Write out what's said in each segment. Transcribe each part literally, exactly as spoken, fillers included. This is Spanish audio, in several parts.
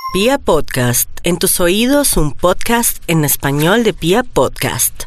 Pia Podcast, en tus oídos un podcast en español de Pia Podcast.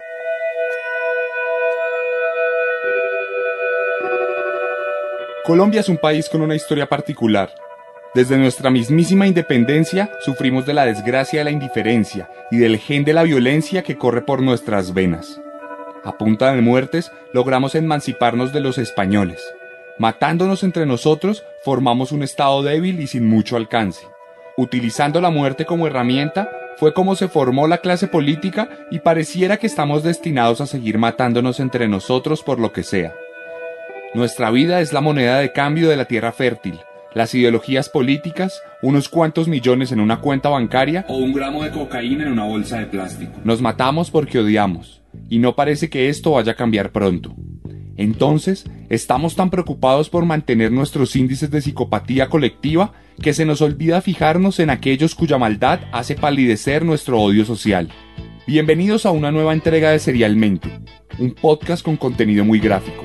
Colombia es un país con una historia particular. Desde nuestra mismísima independencia sufrimos de la desgracia de la indiferencia y del gen de la violencia que corre por nuestras venas. A punta de muertes logramos emanciparnos de los españoles. Matándonos entre nosotros formamos un estado débil y sin mucho alcance. Utilizando la muerte como herramienta, fue como se formó la clase política y pareciera que estamos destinados a seguir matándonos entre nosotros por lo que sea. Nuestra vida es la moneda de cambio de la tierra fértil, las ideologías políticas, unos cuantos millones en una cuenta bancaria o un gramo de cocaína en una bolsa de plástico. Nos matamos porque odiamos, y no parece que esto vaya a cambiar pronto. Entonces, estamos tan preocupados por mantener nuestros índices de psicopatía colectiva que se nos olvida fijarnos en aquellos cuya maldad hace palidecer nuestro odio social. Bienvenidos a una nueva entrega de Serialmente, un podcast con contenido muy gráfico.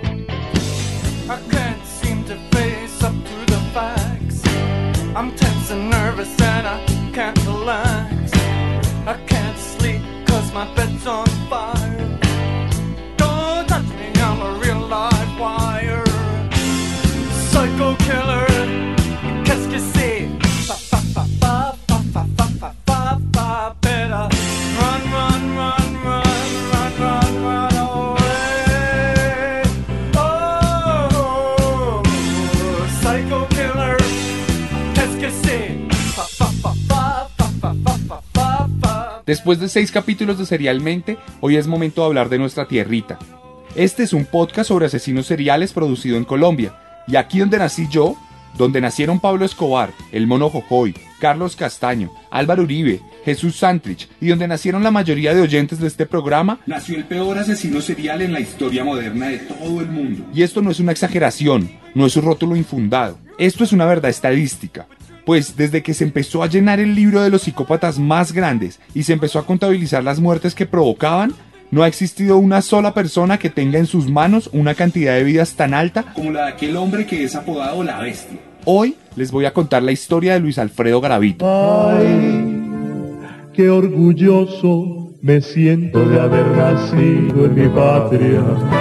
Después de seis capítulos de Serialmente, hoy es momento de hablar de nuestra tierrita. Este es un podcast sobre asesinos seriales producido en Colombia, y aquí donde nací yo, donde nacieron Pablo Escobar, el Mono Jojoy, Carlos Castaño, Álvaro Uribe, Jesús Santrich, y donde nacieron la mayoría de oyentes de este programa, nació el peor asesino serial en la historia moderna de todo el mundo. Y esto no es una exageración, no es un rótulo infundado, esto es una verdad estadística. Pues desde que se empezó a llenar el libro de los psicópatas más grandes y se empezó a contabilizar las muertes que provocaban, no ha existido una sola persona que tenga en sus manos una cantidad de vidas tan alta como la de aquel hombre que es apodado La Bestia. Hoy les voy a contar la historia de Luis Alfredo Garavito. Ay, qué orgulloso me siento de haber nacido en mi patria.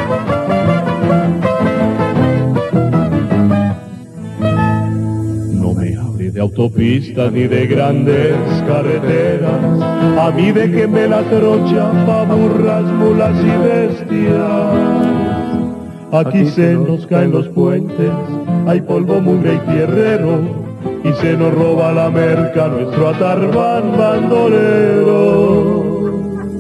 De autopistas ni de grandes carreteras, a mí déjenme la trocha pa' burras, mulas y bestias. Aquí se nos caen los puentes, hay polvo, mugre y tierrero, y se nos roba la merca nuestro atarbán bandolero.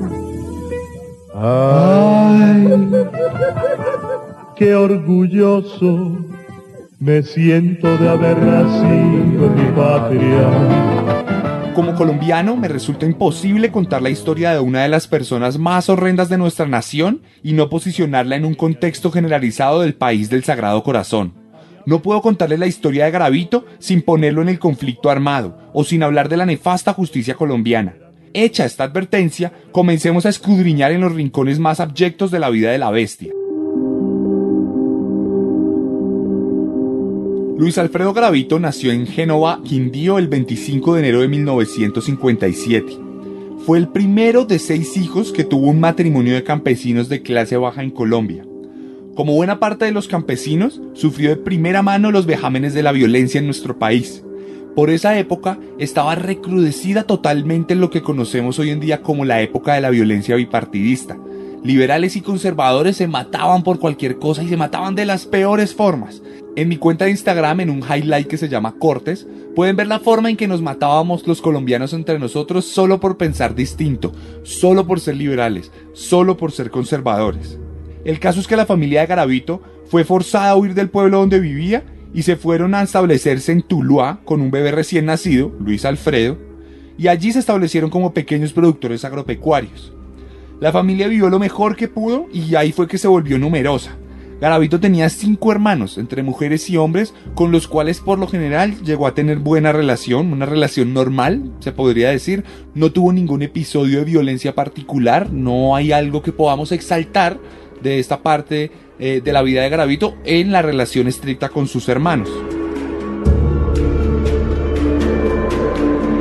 Ay, qué orgulloso me siento de haber nacido en mi patria. Como colombiano, me resulta imposible contar la historia de una de las personas más horrendas de nuestra nación y no posicionarla en un contexto generalizado del país del Sagrado Corazón. No puedo contarles la historia de Garavito sin ponerlo en el conflicto armado o sin hablar de la nefasta justicia colombiana. Hecha esta advertencia, comencemos a escudriñar en los rincones más abyectos de la vida de la bestia. Luis Alfredo Garavito nació en Génova, Quindío, el veinticinco de enero de mil novecientos cincuenta y siete. Fue el primero de seis hijos que tuvo un matrimonio de campesinos de clase baja en Colombia. Como buena parte de los campesinos, sufrió de primera mano los vejámenes de la violencia en nuestro país. Por esa época, estaba recrudecida totalmente en lo que conocemos hoy en día como la época de la violencia bipartidista. Liberales y conservadores se mataban por cualquier cosa y se mataban de las peores formas. En mi cuenta de Instagram, en un highlight que se llama Cortes, pueden ver la forma en que nos matábamos los colombianos entre nosotros solo por pensar distinto, solo por ser liberales, solo por ser conservadores. El caso es que la familia de Garavito fue forzada a huir del pueblo donde vivía y se fueron a establecerse en Tuluá con un bebé recién nacido, Luis Alfredo, y allí se establecieron como pequeños productores agropecuarios. La familia vivió lo mejor que pudo y ahí fue que se volvió numerosa. Garavito tenía cinco hermanos, entre mujeres y hombres, con los cuales por lo general llegó a tener buena relación, una relación normal, se podría decir. No tuvo ningún episodio de violencia particular, no hay algo que podamos exaltar de esta parte eh, de la vida de Garavito en la relación estricta con sus hermanos.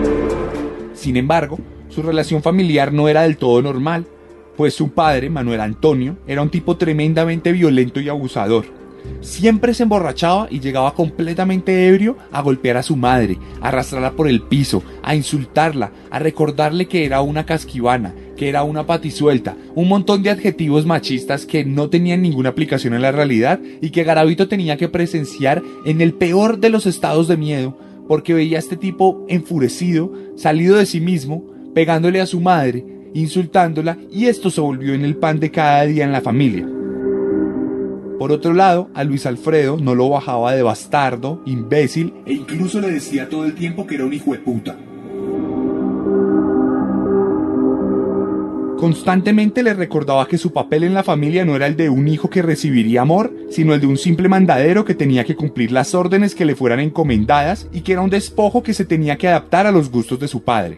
Sin embargo, su relación familiar no era del todo normal, pues su padre, Manuel Antonio, era un tipo tremendamente violento y abusador. Siempre se emborrachaba y llegaba completamente ebrio a golpear a su madre, a arrastrarla por el piso, a insultarla, a recordarle que era una casquivana, que era una patisuelta, un montón de adjetivos machistas que no tenían ninguna aplicación en la realidad y que Garavito tenía que presenciar en el peor de los estados de miedo, porque veía a este tipo enfurecido, salido de sí mismo, pegándole a su madre, insultándola, y esto se volvió en el pan de cada día en la familia. Por otro lado, a Luis Alfredo no lo bajaba de bastardo, imbécil, E incluso le decía todo el tiempo que era un hijo de puta. Constantemente le recordaba que su papel en la familia no era el de un hijo que recibiría amor, sino el de un simple mandadero que tenía que cumplir las órdenes que le fueran encomendadas y que era un despojo que se tenía que adaptar a los gustos de su padre.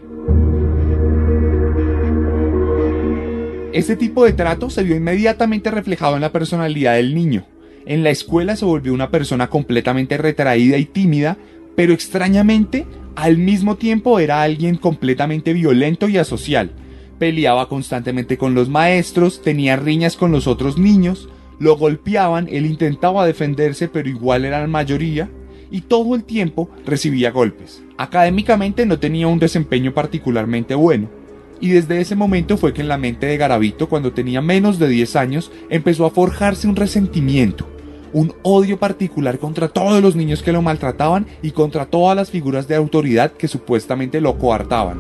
Este tipo de trato se vio inmediatamente reflejado en la personalidad del niño. En la escuela se volvió una persona completamente retraída y tímida, pero extrañamente, al mismo tiempo era alguien completamente violento y asocial. Peleaba constantemente con los maestros, tenía riñas con los otros niños, lo golpeaban, él intentaba defenderse pero igual era la mayoría, y todo el tiempo recibía golpes. Académicamente no tenía un desempeño particularmente bueno. Y desde ese momento fue que en la mente de Garavito, cuando tenía menos de diez años, empezó a forjarse un resentimiento, un odio particular contra todos los niños que lo maltrataban y contra todas las figuras de autoridad que supuestamente lo coartaban.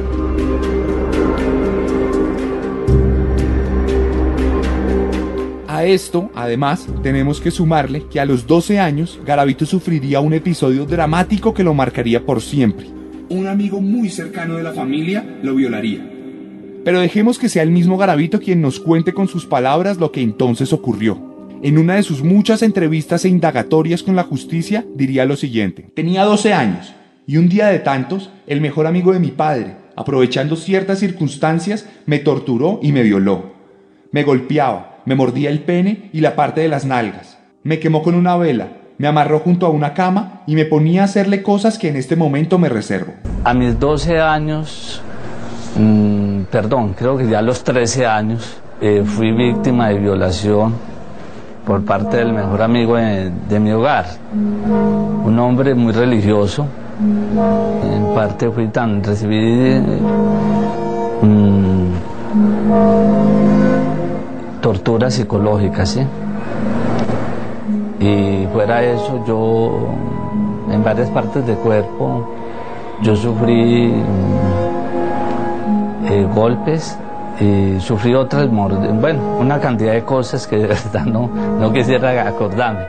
A esto, además, tenemos que sumarle que a los doce años, Garavito sufriría un episodio dramático que lo marcaría por siempre. Un amigo muy cercano de la familia lo violaría. Pero dejemos que sea el mismo Garavito quien nos cuente con sus palabras lo que entonces ocurrió. En una de sus muchas entrevistas e indagatorias con la justicia, diría lo siguiente: tenía doce años, y un día de tantos, el mejor amigo de mi padre, aprovechando ciertas circunstancias, me torturó y me violó. Me golpeaba, me mordía el pene y la parte de las nalgas. Me quemó con una vela, me amarró junto a una cama y me ponía a hacerle cosas que en este momento me reservo. A mis doce años, mmm, perdón, creo que ya a los trece años, eh, fui víctima de violación por parte del mejor amigo de, de mi hogar. Un hombre muy religioso. En parte fui tan, recibí eh, mmm, tortura psicológica, ¿sí? Y fuera de eso, yo en varias partes del cuerpo yo sufrí eh, golpes y sufrí otras, bueno, una cantidad de cosas que de verdad no, no quisiera acordarme.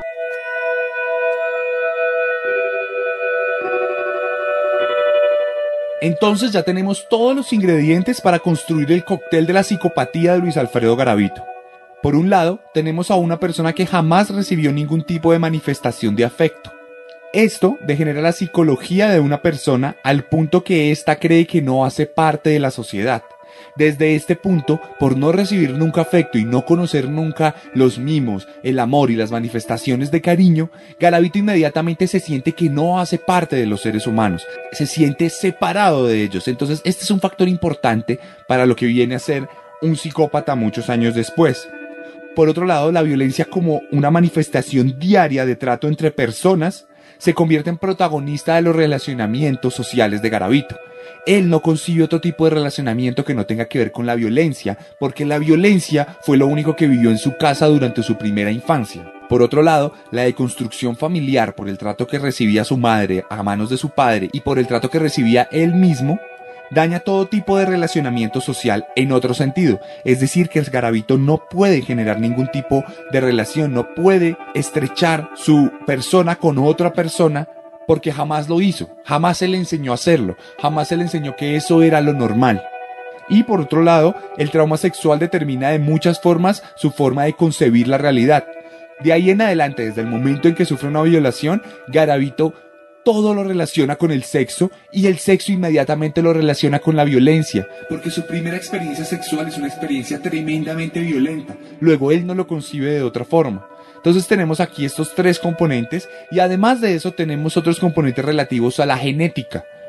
Entonces ya tenemos todos los ingredientes para construir el cóctel de la psicopatía de Luis Alfredo Garavito. Por un lado, tenemos a una persona que jamás recibió ningún tipo de manifestación de afecto. Esto degenera la psicología de una persona al punto que ésta cree que no hace parte de la sociedad. Desde este punto, por no recibir nunca afecto y no conocer nunca los mimos, el amor y las manifestaciones de cariño, Garavito inmediatamente se siente que no hace parte de los seres humanos, se siente separado de ellos. Entonces este es un factor importante para lo que viene a ser un psicópata muchos años después. Por otro lado, la violencia como una manifestación diaria de trato entre personas se convierte en protagonista de los relacionamientos sociales de Garavito. Él no concibe otro tipo de relacionamiento que no tenga que ver con la violencia, porque la violencia fue lo único que vivió en su casa durante su primera infancia. Por otro lado, la deconstrucción familiar por el trato que recibía su madre a manos de su padre y por el trato que recibía él mismo, daña todo tipo de relacionamiento social en otro sentido. Es decir, que el Garavito no puede generar ningún tipo de relación, no puede estrechar su persona con otra persona porque jamás lo hizo, jamás se le enseñó a hacerlo, jamás se le enseñó que eso era lo normal. Y por otro lado, el trauma sexual determina de muchas formas su forma de concebir la realidad. De ahí en adelante, desde el momento en que sufre una violación, Garavito todo lo relaciona con el sexo y el sexo inmediatamente lo relaciona con la violencia. Porque su primera experiencia sexual es una experiencia tremendamente violenta. Luego él no lo concibe de otra forma. Entonces tenemos aquí estos tres componentes y además de eso tenemos otros componentes relativos a la genética.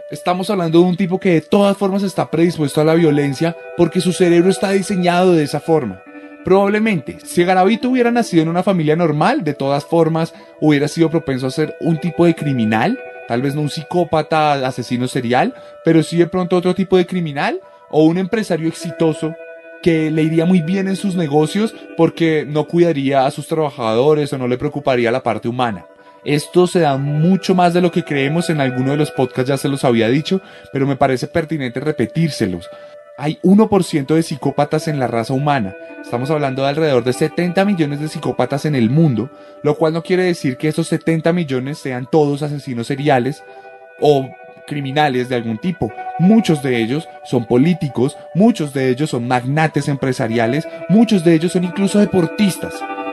Estamos hablando de un tipo que de todas formas está predispuesto a la violencia porque su cerebro está diseñado de esa forma. Probablemente, si Garavito hubiera nacido en una familia normal, de todas formas hubiera sido propenso a ser un tipo de criminal, tal vez no un psicópata, asesino serial, pero sí de pronto otro tipo de criminal o un empresario exitoso que le iría muy bien en sus negocios porque no cuidaría a sus trabajadores o no le preocuparía la parte humana. Esto se da mucho más de lo que creemos, en alguno de los podcasts ya se los había dicho, pero me parece pertinente repetírselos. Hay uno por ciento de psicópatas en la raza humana. Estamos hablando de alrededor de setenta millones de psicópatas en el mundo, lo cual no quiere decir que esos setenta millones sean todos asesinos seriales o criminales de algún tipo. Muchos de ellos son políticos, muchos de ellos son magnates empresariales, muchos de ellos son incluso deportistas.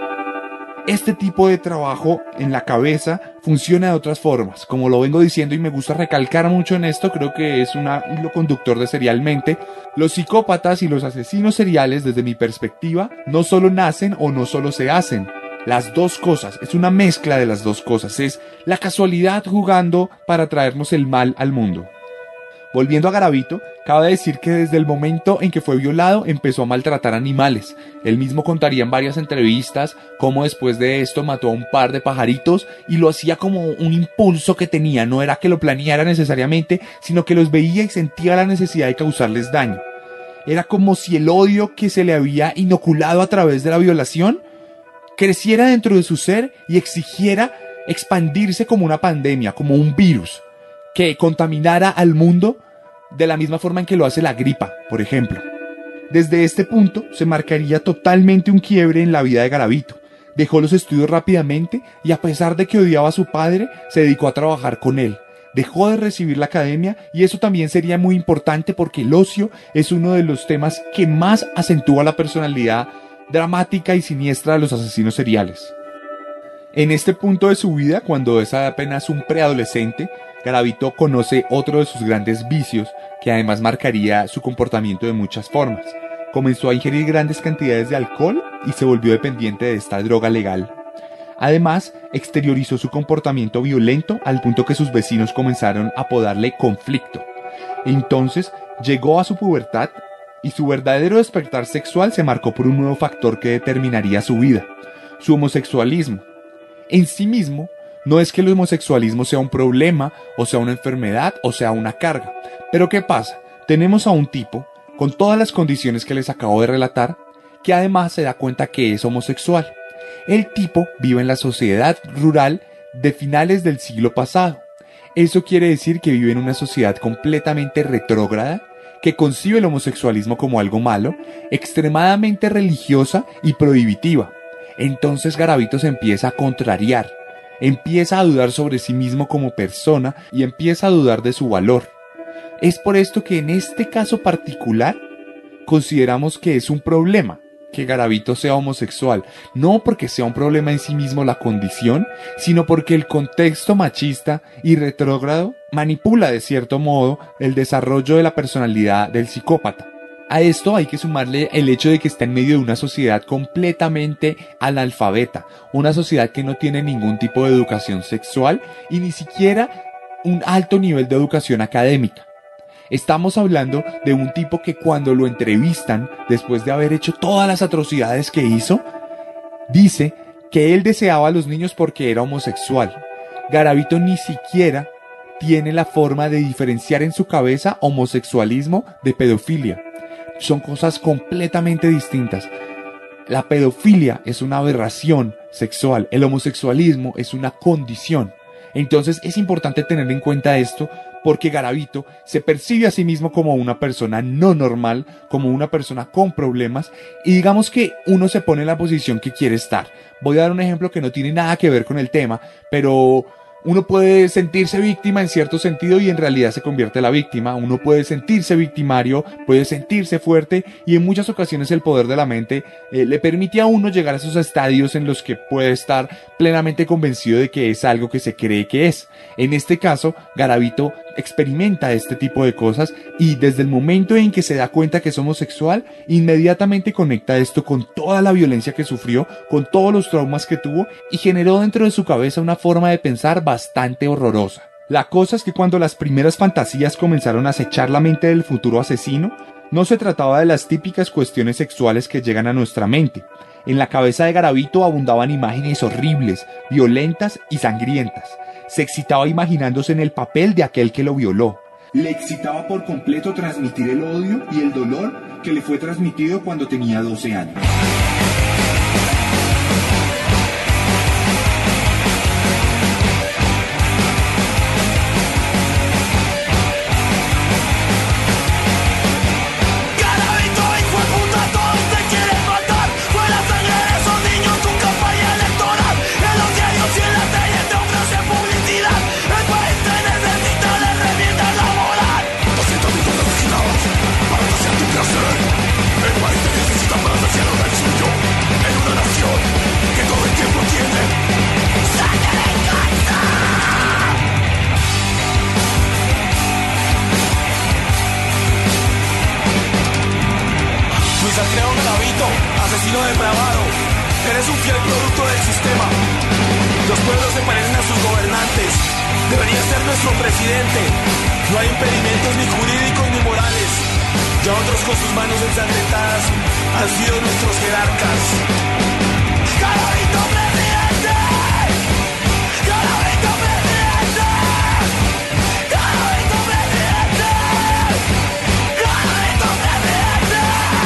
Este tipo de trabajo en la cabeza funciona de otras formas. Como lo vengo diciendo y me gusta recalcar mucho en esto, creo que es un hilo conductor de Serialmente. Los psicópatas y los asesinos seriales, desde mi perspectiva, no solo nacen o no solo se hacen. Las dos cosas, es una mezcla de las dos cosas. Es la casualidad jugando para traernos el mal al mundo. Volviendo a Garavito, cabe decir que desde el momento en que fue violado empezó a maltratar animales. Él mismo contaría en varias entrevistas cómo después de esto mató a un par de pajaritos y lo hacía como un impulso que tenía. No era que lo planeara necesariamente, sino que los veía y sentía la necesidad de causarles daño. Era como si el odio que se le había inoculado a través de la violación creciera dentro de su ser y exigiera expandirse como una pandemia, como un virus, que contaminara al mundo de la misma forma en que lo hace la gripa, por ejemplo. Desde este punto se marcaría totalmente un quiebre en la vida de Garavito. Dejó los estudios rápidamente y, a pesar de que odiaba a su padre, se dedicó a trabajar con él. Dejó de recibir la academia, y eso también sería muy importante porque el ocio es uno de los temas que más acentúa la personalidad dramática y siniestra de los asesinos seriales. En este punto de su vida, cuando es apenas un preadolescente, Garavito conoce otro de sus grandes vicios, que además marcaría su comportamiento de muchas formas. Comenzó a ingerir grandes cantidades de alcohol y se volvió dependiente de esta droga legal. Además, exteriorizó su comportamiento violento al punto que sus vecinos comenzaron a apodarle Conflicto. Entonces, llegó a su pubertad y su verdadero despertar sexual se marcó por un nuevo factor que determinaría su vida: su homosexualismo. En sí mismo, no es que el homosexualismo sea un problema, o sea una enfermedad, o sea una carga. Pero ¿qué pasa? Tenemos a un tipo, con todas las condiciones que les acabo de relatar, que además se da cuenta que es homosexual. El tipo vive en la sociedad rural de finales del siglo pasado. Eso quiere decir que vive en una sociedad completamente retrógrada, que concibe el homosexualismo como algo malo, extremadamente religiosa y prohibitiva. Entonces Garavito se empieza a contrariar. Empieza a dudar sobre sí mismo como persona y empieza a dudar de su valor. Es por esto que en este caso particular consideramos que es un problema que Garavito sea homosexual, no porque sea un problema en sí mismo la condición, sino porque el contexto machista y retrógrado manipula de cierto modo el desarrollo de la personalidad del psicópata. A esto hay que sumarle el hecho de que está en medio de una sociedad completamente analfabeta, una sociedad que no tiene ningún tipo de educación sexual y ni siquiera un alto nivel de educación académica. Estamos hablando de un tipo que, cuando lo entrevistan, después de haber hecho todas las atrocidades que hizo, dice que él deseaba a los niños porque era homosexual. Garavito ni siquiera tiene la forma de diferenciar en su cabeza homosexualismo de pedofilia. Son cosas completamente distintas. La pedofilia es una aberración sexual, el homosexualismo es una condición. Entonces es importante tener en cuenta esto, porque Garavito se percibe a sí mismo como una persona no normal, como una persona con problemas, y digamos que uno se pone en la posición que quiere estar. Voy a dar un ejemplo que no tiene nada que ver con el tema, pero uno puede sentirse víctima en cierto sentido y en realidad se convierte en la víctima. Uno puede sentirse victimario, puede sentirse fuerte, y en muchas ocasiones el poder de la mente eh, le permite a uno llegar a esos estadios en los que puede estar plenamente convencido de que es algo que se cree que es. En este caso, Garavito experimenta este tipo de cosas y desde el momento en que se da cuenta que es homosexual, inmediatamente conecta esto con toda la violencia que sufrió, con todos los traumas que tuvo, y generó dentro de su cabeza una forma de pensar bastante horrorosa. La cosa es que cuando las primeras fantasías comenzaron a acechar la mente del futuro asesino, no se trataba de las típicas cuestiones sexuales que llegan a nuestra mente. En la cabeza de Garavito abundaban imágenes horribles, violentas y sangrientas. Se excitaba imaginándose en el papel de aquel que lo violó. Le excitaba por completo transmitir el odio y el dolor que le fue transmitido cuando tenía doce años. Asesino depravado, eres un fiel producto del sistema. Los pueblos se parecen a sus gobernantes. Deberías ser nuestro presidente. No hay impedimentos ni jurídicos ni morales. Ya otros con sus manos ensangrentadas han sido nuestros jerarcas. ¡Garavito presidente! ¡Garavito presidente! ¡Garavito presidente! ¡Garavito presidente!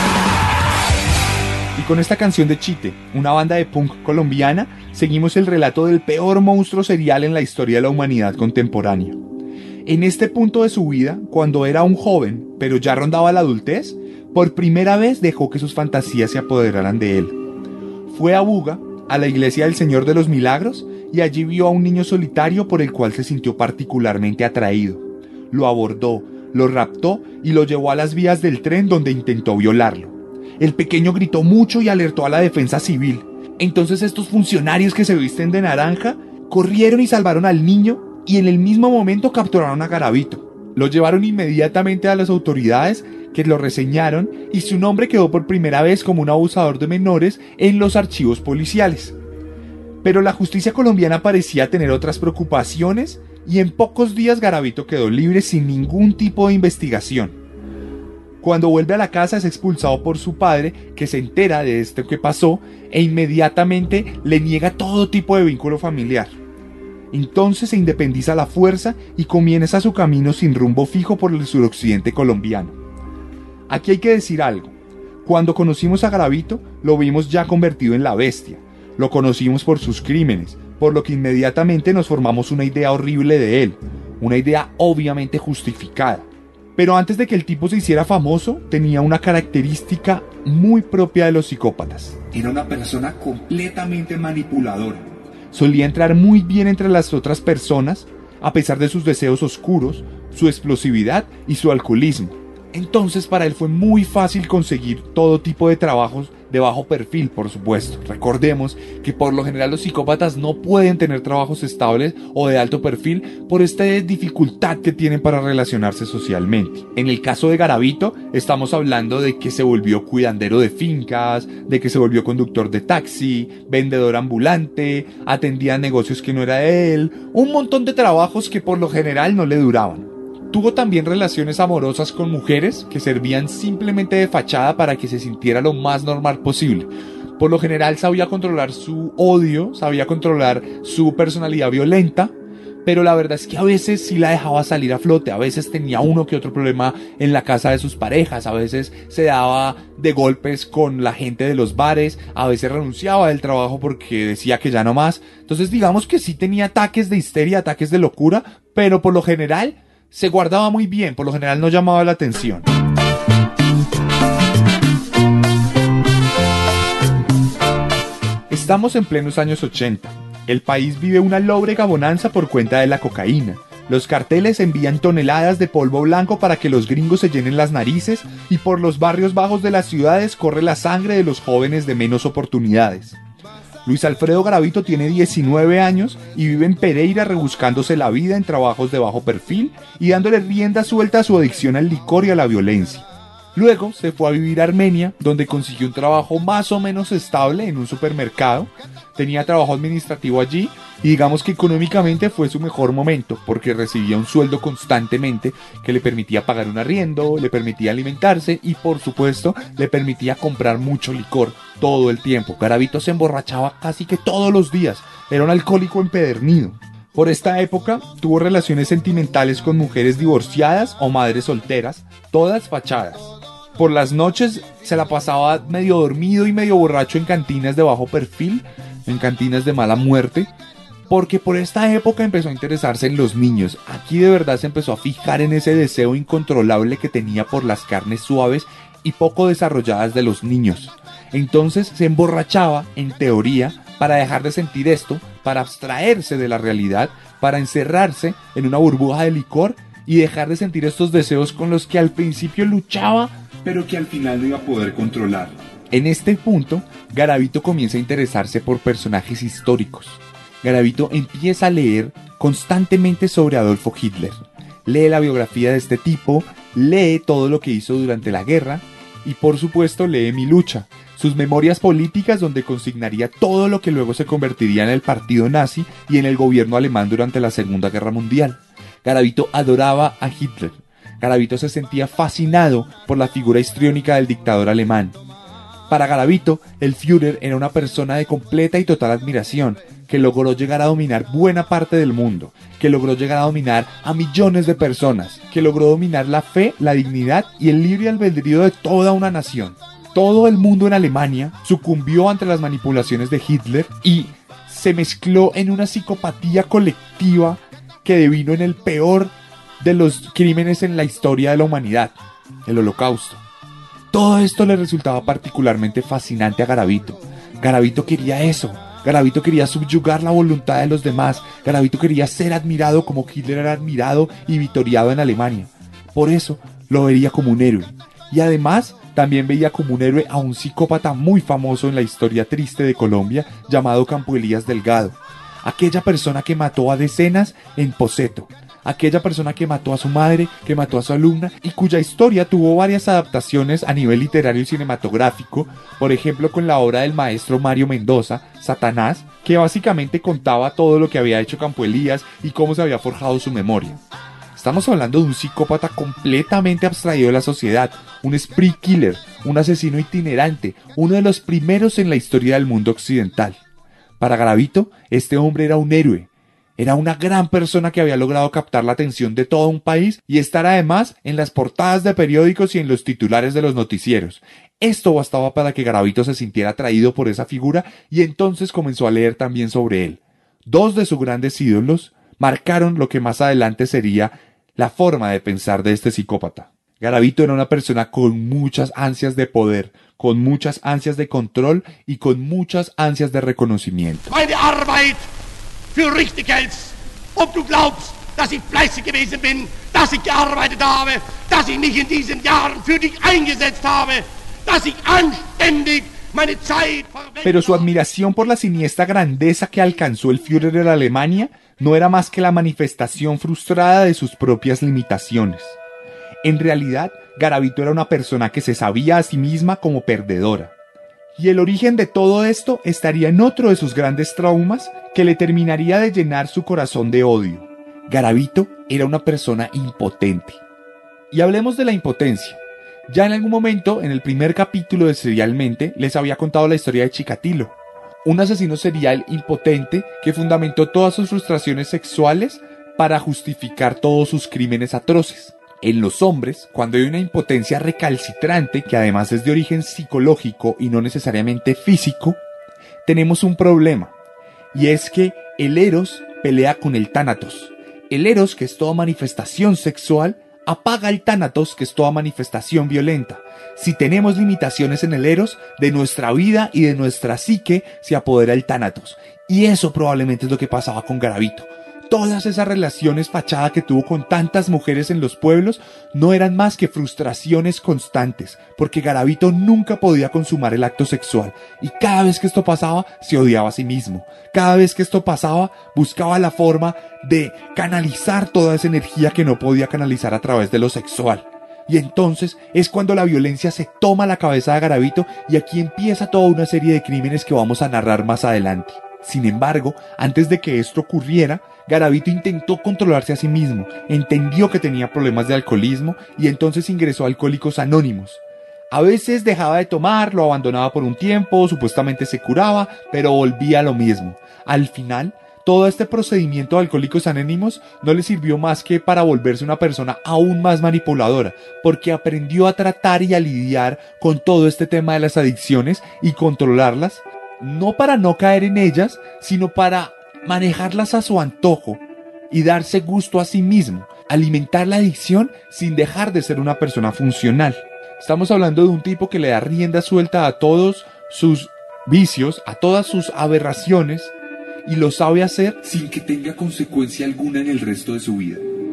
Y con esta canción de Chite, una banda de punk colombiana, seguimos el relato del peor monstruo serial en la historia de la humanidad contemporánea. En este punto de su vida, cuando era un joven, pero ya rondaba la adultez, por primera vez dejó que sus fantasías se apoderaran de él. Fue a Buga, a la iglesia del Señor de los Milagros, y allí vio a un niño solitario por el cual se sintió particularmente atraído. Lo abordó, lo raptó y lo llevó a las vías del tren donde intentó violarlo. El pequeño gritó mucho y alertó a la defensa civil. Entonces estos funcionarios que se visten de naranja corrieron y salvaron al niño y en el mismo momento capturaron a Garavito. Lo llevaron inmediatamente a las autoridades que lo reseñaron y su nombre quedó por primera vez como un abusador de menores en los archivos policiales. Pero la justicia colombiana parecía tener otras preocupaciones y en pocos días Garavito quedó libre sin ningún tipo de investigación. Cuando vuelve a la casa es expulsado por su padre, que se entera de esto que pasó e inmediatamente le niega todo tipo de vínculo familiar. Entonces se independiza a la fuerza y comienza su camino sin rumbo fijo por el suroccidente colombiano. Aquí hay que decir algo. Cuando conocimos a Garavito, lo vimos ya convertido en la bestia. Lo conocimos por sus crímenes, por lo que inmediatamente nos formamos una idea horrible de él, una idea obviamente justificada. Pero antes de que el tipo se hiciera famoso, tenía una característica muy propia de los psicópatas. Era una persona completamente manipuladora. Solía entrar muy bien entre las otras personas, a pesar de sus deseos oscuros, su explosividad y su alcoholismo. Entonces para él fue muy fácil conseguir todo tipo de trabajos de bajo perfil, por supuesto. Recordemos que por lo general los psicópatas no pueden tener trabajos estables o de alto perfil por esta dificultad que tienen para relacionarse socialmente. En el caso de Garavito, estamos hablando de que se volvió cuidandero de fincas, de que se volvió conductor de taxi, vendedor ambulante, atendía negocios que no era de él, un montón de trabajos que por lo general no le duraban. Tuvo también relaciones amorosas con mujeres que servían simplemente de fachada para que se sintiera lo más normal posible. Por lo general sabía controlar su odio, sabía controlar su personalidad violenta, pero la verdad es que a veces sí la dejaba salir a flote, a veces tenía uno que otro problema en la casa de sus parejas, a veces se daba de golpes con la gente de los bares, a veces renunciaba del trabajo porque decía que ya no más. Entonces digamos que sí tenía ataques de histeria, ataques de locura, pero por lo general se guardaba muy bien, por lo general no llamaba la atención. Estamos en plenos años ochenta. El país vive una lóbrega bonanza por cuenta de la cocaína. Los carteles envían toneladas de polvo blanco para que los gringos se llenen las narices y por los barrios bajos de las ciudades corre la sangre de los jóvenes de menos oportunidades. Luis Alfredo Garavito tiene diecinueve años y vive en Pereira rebuscándose la vida en trabajos de bajo perfil y dándole rienda suelta a su adicción al licor y a la violencia. Luego se fue a vivir a Armenia, donde consiguió un trabajo más o menos estable en un supermercado, tenía trabajo administrativo allí y digamos que económicamente fue su mejor momento porque recibía un sueldo constantemente que le permitía pagar un arriendo, le permitía alimentarse y por supuesto le permitía comprar mucho licor todo el tiempo. Garavito se emborrachaba casi que todos los días, era un alcohólico empedernido. Por esta época tuvo relaciones sentimentales con mujeres divorciadas o madres solteras, todas fachadas. Por las noches se la pasaba medio dormido y medio borracho en cantinas de bajo perfil, en cantinas de mala muerte, porque por esta época empezó a interesarse en los niños. Aquí de verdad se empezó a fijar en ese deseo incontrolable que tenía por las carnes suaves y poco desarrolladas de los niños. Entonces se emborrachaba, en teoría, para dejar de sentir esto, para abstraerse de la realidad, para encerrarse en una burbuja de licor y dejar de sentir estos deseos con los que al principio luchaba, pero que al final no iba a poder controlar. En este punto, Garavito comienza a interesarse por personajes históricos. Garavito empieza a leer constantemente sobre Adolfo Hitler. Lee la biografía de este tipo, lee todo lo que hizo durante la guerra y por supuesto lee Mi lucha, sus memorias políticas donde consignaría todo lo que luego se convertiría en el partido nazi y en el gobierno alemán durante la Segunda Guerra Mundial. Garavito adoraba a Hitler. Garavito se sentía fascinado por la figura histriónica del dictador alemán. Para Garavito, el Führer era una persona de completa y total admiración, que logró llegar a dominar buena parte del mundo, que logró llegar a dominar a millones de personas, que logró dominar la fe, la dignidad y el libre albedrío de toda una nación. Todo el mundo en Alemania sucumbió ante las manipulaciones de Hitler y se mezcló en una psicopatía colectiva que devino en el peor de los crímenes en la historia de la humanidad, el Holocausto. Todo esto le resultaba particularmente fascinante a Garavito. Garavito quería eso. Garavito quería subyugar la voluntad de los demás. Garavito quería ser admirado como Hitler era admirado y vitoriado en Alemania. Por eso lo veía como un héroe. Y además también veía como un héroe a un psicópata muy famoso en la historia triste de Colombia llamado Campo Elías Delgado. Aquella persona que mató a decenas en Poceto. Aquella persona que mató a su madre, que mató a su alumna y cuya historia tuvo varias adaptaciones a nivel literario y cinematográfico, por ejemplo con la obra del maestro Mario Mendoza, Satanás, que básicamente contaba todo lo que había hecho Campo Elías y cómo se había forjado su memoria. Estamos hablando de un psicópata completamente abstraído de la sociedad, un spree killer, un asesino itinerante, uno de los primeros en la historia del mundo occidental. Para Garavito, este hombre era un héroe. Era una gran persona que había logrado captar la atención de todo un país y estar además en las portadas de periódicos y en los titulares de los noticieros. Esto bastaba para que Garavito se sintiera atraído por esa figura y entonces comenzó a leer también sobre él. Dos de sus grandes ídolos marcaron lo que más adelante sería la forma de pensar de este psicópata. Garavito era una persona con muchas ansias de poder, con muchas ansias de control y con muchas ansias de reconocimiento. Meine Arbeit für richtig hältst, ob du glaubst, dass ich fleißig gewesen bin, dass ich gearbeitet habe, dass ich mich in diesen Jahren für dich eingesetzt habe, dass ich anständig meine Zeit verwende. Pero su admiración por la siniestra grandeza que alcanzó el Führer de la Alemania no era más que la manifestación frustrada de sus propias limitaciones. En realidad, Garavito era una persona que se sabía a sí misma como perdedora. Y el origen de todo esto estaría en otro de sus grandes traumas que le terminaría de llenar su corazón de odio. Garavito era una persona impotente. Y hablemos de la impotencia. Ya en algún momento, en el primer capítulo de Serialmente, les había contado la historia de Chikatilo, un asesino serial impotente que fundamentó todas sus frustraciones sexuales para justificar todos sus crímenes atroces. En los hombres, cuando hay una impotencia recalcitrante, que además es de origen psicológico y no necesariamente físico, tenemos un problema, y es que el Eros pelea con el Tánatos. El Eros, que es toda manifestación sexual, apaga el Tánatos, que es toda manifestación violenta. Si tenemos limitaciones en el Eros, de nuestra vida y de nuestra psique se apodera el Tánatos. Y eso probablemente es lo que pasaba con Garavito. Todas esas relaciones fachada que tuvo con tantas mujeres en los pueblos no eran más que frustraciones constantes, porque Garavito nunca podía consumar el acto sexual, y cada vez que esto pasaba, se odiaba a sí mismo. Cada vez que esto pasaba, buscaba la forma de canalizar toda esa energía que no podía canalizar a través de lo sexual. Y entonces es cuando la violencia se toma la cabeza de Garavito, y aquí empieza toda una serie de crímenes que vamos a narrar más adelante. Sin embargo, antes de que esto ocurriera, Garavito intentó controlarse a sí mismo, entendió que tenía problemas de alcoholismo y entonces ingresó a Alcohólicos Anónimos. A veces dejaba de tomar, lo abandonaba por un tiempo, supuestamente se curaba, pero volvía a lo mismo. Al final, todo este procedimiento de Alcohólicos Anónimos no le sirvió más que para volverse una persona aún más manipuladora, porque aprendió a tratar y a lidiar con todo este tema de las adicciones y controlarlas, no para no caer en ellas, sino para manejarlas a su antojo y darse gusto a sí mismo, alimentar la adicción sin dejar de ser una persona funcional. Estamos hablando de un tipo que le da rienda suelta a todos sus vicios, a todas sus aberraciones, y lo sabe hacer sin que tenga consecuencia alguna en el resto de su vida.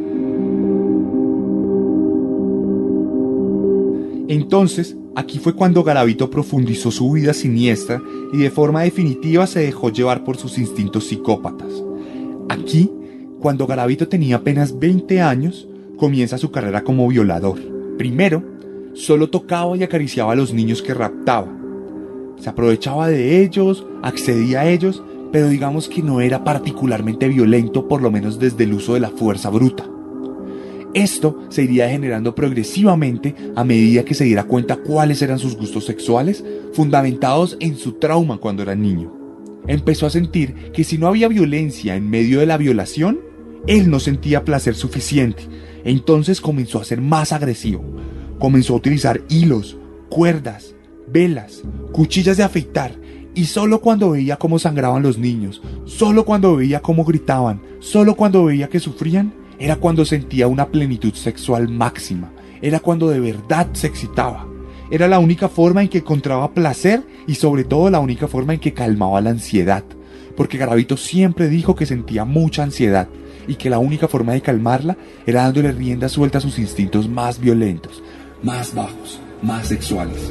Entonces, aquí fue cuando Garavito profundizó su vida siniestra y de forma definitiva se dejó llevar por sus instintos psicópatas. Aquí, cuando Garavito tenía apenas veinte años, comienza su carrera como violador. Primero, solo tocaba y acariciaba a los niños que raptaba. Se aprovechaba de ellos, accedía a ellos, pero digamos que no era particularmente violento, por lo menos desde el uso de la fuerza bruta. Esto se iría generando progresivamente a medida que se diera cuenta cuáles eran sus gustos sexuales, fundamentados en su trauma cuando era niño. Empezó a sentir que si no había violencia en medio de la violación, él no sentía placer suficiente. Entonces comenzó a ser más agresivo. Comenzó a utilizar hilos, cuerdas, velas, cuchillas de afeitar, y solo cuando veía cómo sangraban los niños, solo cuando veía cómo gritaban, solo cuando veía que sufrían, era cuando sentía una plenitud sexual máxima, era cuando de verdad se excitaba. Era la única forma en que encontraba placer y sobre todo la única forma en que calmaba la ansiedad, porque Garavito siempre dijo que sentía mucha ansiedad y que la única forma de calmarla era dándole rienda suelta a sus instintos más violentos, más bajos, más sexuales.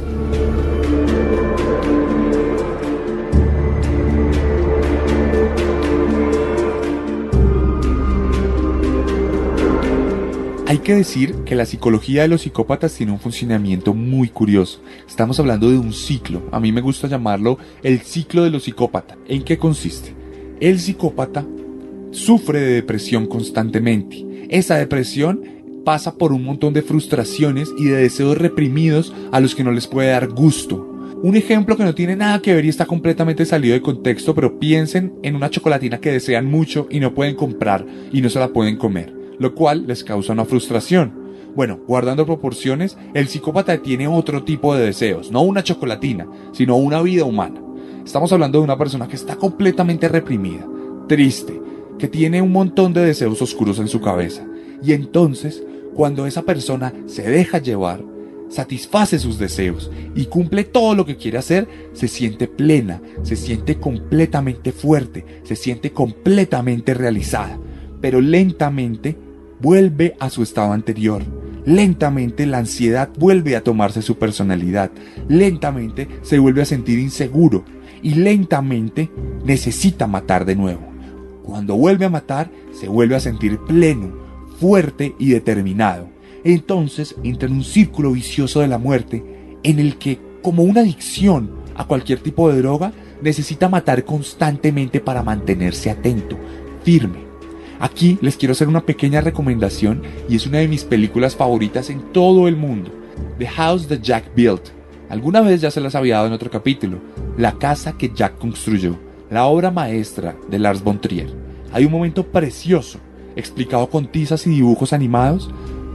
Hay que decir que la psicología de los psicópatas tiene un funcionamiento muy curioso. Estamos hablando de un ciclo, a mí me gusta llamarlo el ciclo de los psicópatas. ¿En qué consiste? El psicópata sufre de depresión constantemente. Esa depresión pasa por un montón de frustraciones y de deseos reprimidos a los que no les puede dar gusto. Un ejemplo que no tiene nada que ver y está completamente salido de contexto, pero piensen en una chocolatina que desean mucho y no pueden comprar y no se la pueden comer, lo cual les causa una frustración. Bueno, guardando proporciones, el psicópata tiene otro tipo de deseos, no una chocolatina, sino una vida humana. Estamos hablando de una persona que está completamente reprimida, triste, que tiene un montón de deseos oscuros en su cabeza. Y entonces, cuando esa persona se deja llevar, satisface sus deseos y cumple todo lo que quiere hacer, se siente plena, se siente completamente fuerte, se siente completamente realizada. Pero lentamente vuelve a su estado anterior. Lentamente la ansiedad vuelve a tomarse su personalidad. Lentamente se vuelve a sentir inseguro. Y lentamente necesita matar de nuevo. Cuando vuelve a matar, se vuelve a sentir pleno, fuerte y determinado. Entonces entra en un círculo vicioso de la muerte en el que, como una adicción a cualquier tipo de droga, necesita matar constantemente para mantenerse atento, firme. Aquí les quiero hacer una pequeña recomendación y es una de mis películas favoritas en todo el mundo, The House That Jack Built. Alguna vez ya se las había dado en otro capítulo, La casa que Jack construyó, la obra maestra de Lars von Trier. Hay un momento precioso, explicado con tizas y dibujos animados,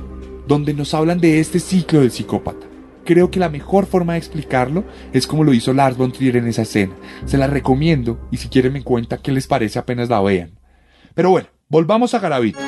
donde nos hablan de este ciclo del psicópata. Creo que la mejor forma de explicarlo es como lo hizo Lars von Trier en esa escena. Se la recomiendo y si quieren me cuenta qué les parece apenas la vean. Pero bueno, volvamos a Garavito.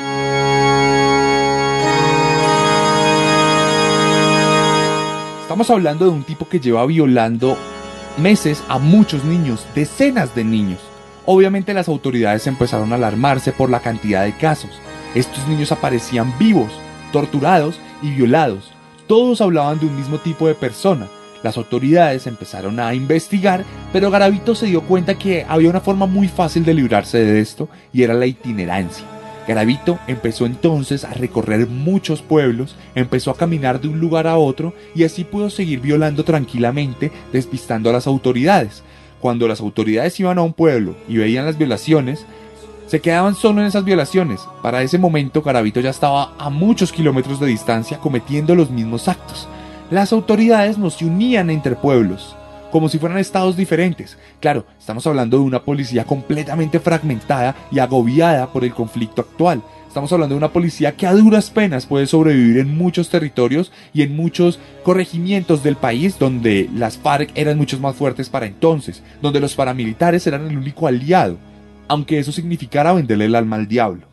Estamos hablando de un tipo que lleva violando meses a muchos niños, decenas de niños. Obviamente las autoridades empezaron a alarmarse por la cantidad de casos. Estos niños aparecían vivos, torturados y violados. Todos hablaban de un mismo tipo de persona. Las autoridades empezaron a investigar, pero Garavito se dio cuenta que había una forma muy fácil de librarse de esto y era la itinerancia. Garavito empezó entonces a recorrer muchos pueblos, empezó a caminar de un lugar a otro y así pudo seguir violando tranquilamente, despistando a las autoridades. cuando las autoridades iban a un pueblo y veían las violaciones, se quedaban solo en esas violaciones. Para ese momento Garavito ya estaba a muchos kilómetros de distancia cometiendo los mismos actos. Las autoridades no se unían entre pueblos, como si fueran estados diferentes. Claro, estamos hablando de una policía completamente fragmentada y agobiada por el conflicto actual. Estamos hablando de una policía que a duras penas puede sobrevivir en muchos territorios y en muchos corregimientos del país donde las FARC eran mucho más fuertes para entonces, donde los paramilitares eran el único aliado, aunque eso significara venderle el alma al diablo.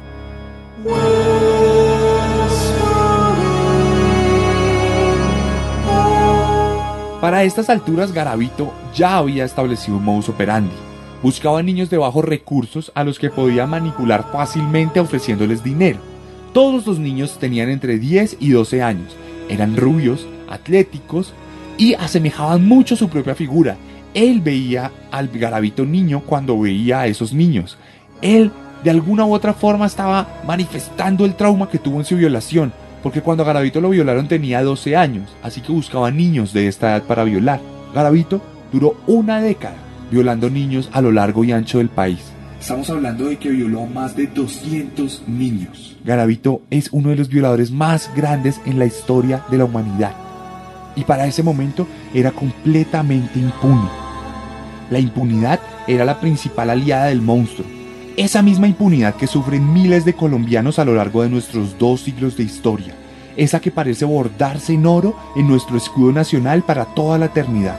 Para estas alturas Garavito ya había establecido un modus operandi. Buscaba niños de bajos recursos a los que podía manipular fácilmente ofreciéndoles dinero. Todos los niños tenían entre diez y doce años, eran rubios, atléticos y asemejaban mucho su propia figura. Él veía al Garavito niño cuando veía a esos niños. Él de alguna u otra forma estaba manifestando el trauma que tuvo en su violación, porque cuando a Garavito lo violaron tenía doce años, así que buscaba niños de esta edad para violar. Garavito duró una década violando niños a lo largo y ancho del país. Estamos hablando de que violó a más de doscientos niños. Garavito es uno de los violadores más grandes en la historia de la humanidad. Y para ese momento era completamente impune. La impunidad era la principal aliada del monstruo. Esa misma impunidad que sufren miles de colombianos a lo largo de nuestros dos siglos de historia. Esa que parece bordarse en oro en nuestro escudo nacional para toda la eternidad.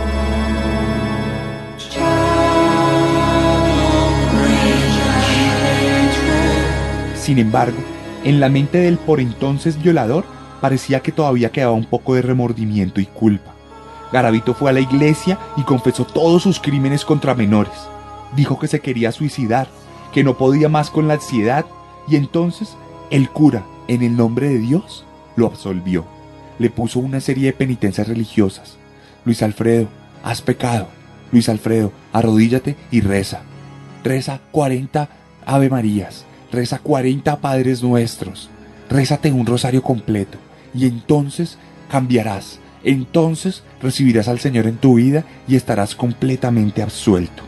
Sin embargo, en la mente del por entonces violador parecía que todavía quedaba un poco de remordimiento y culpa. Garavito fue a la iglesia y confesó todos sus crímenes contra menores. Dijo que se quería suicidar, que no podía más con la ansiedad, y entonces el cura, en el nombre de Dios, lo absolvió. Le puso una serie de penitencias religiosas. Luis Alfredo, has pecado. Luis Alfredo, arrodíllate y reza. Reza cuarenta Ave Marías. Reza cuarenta Padres Nuestros, rézate un rosario completo, y entonces cambiarás, entonces recibirás al Señor en tu vida y estarás completamente absuelto.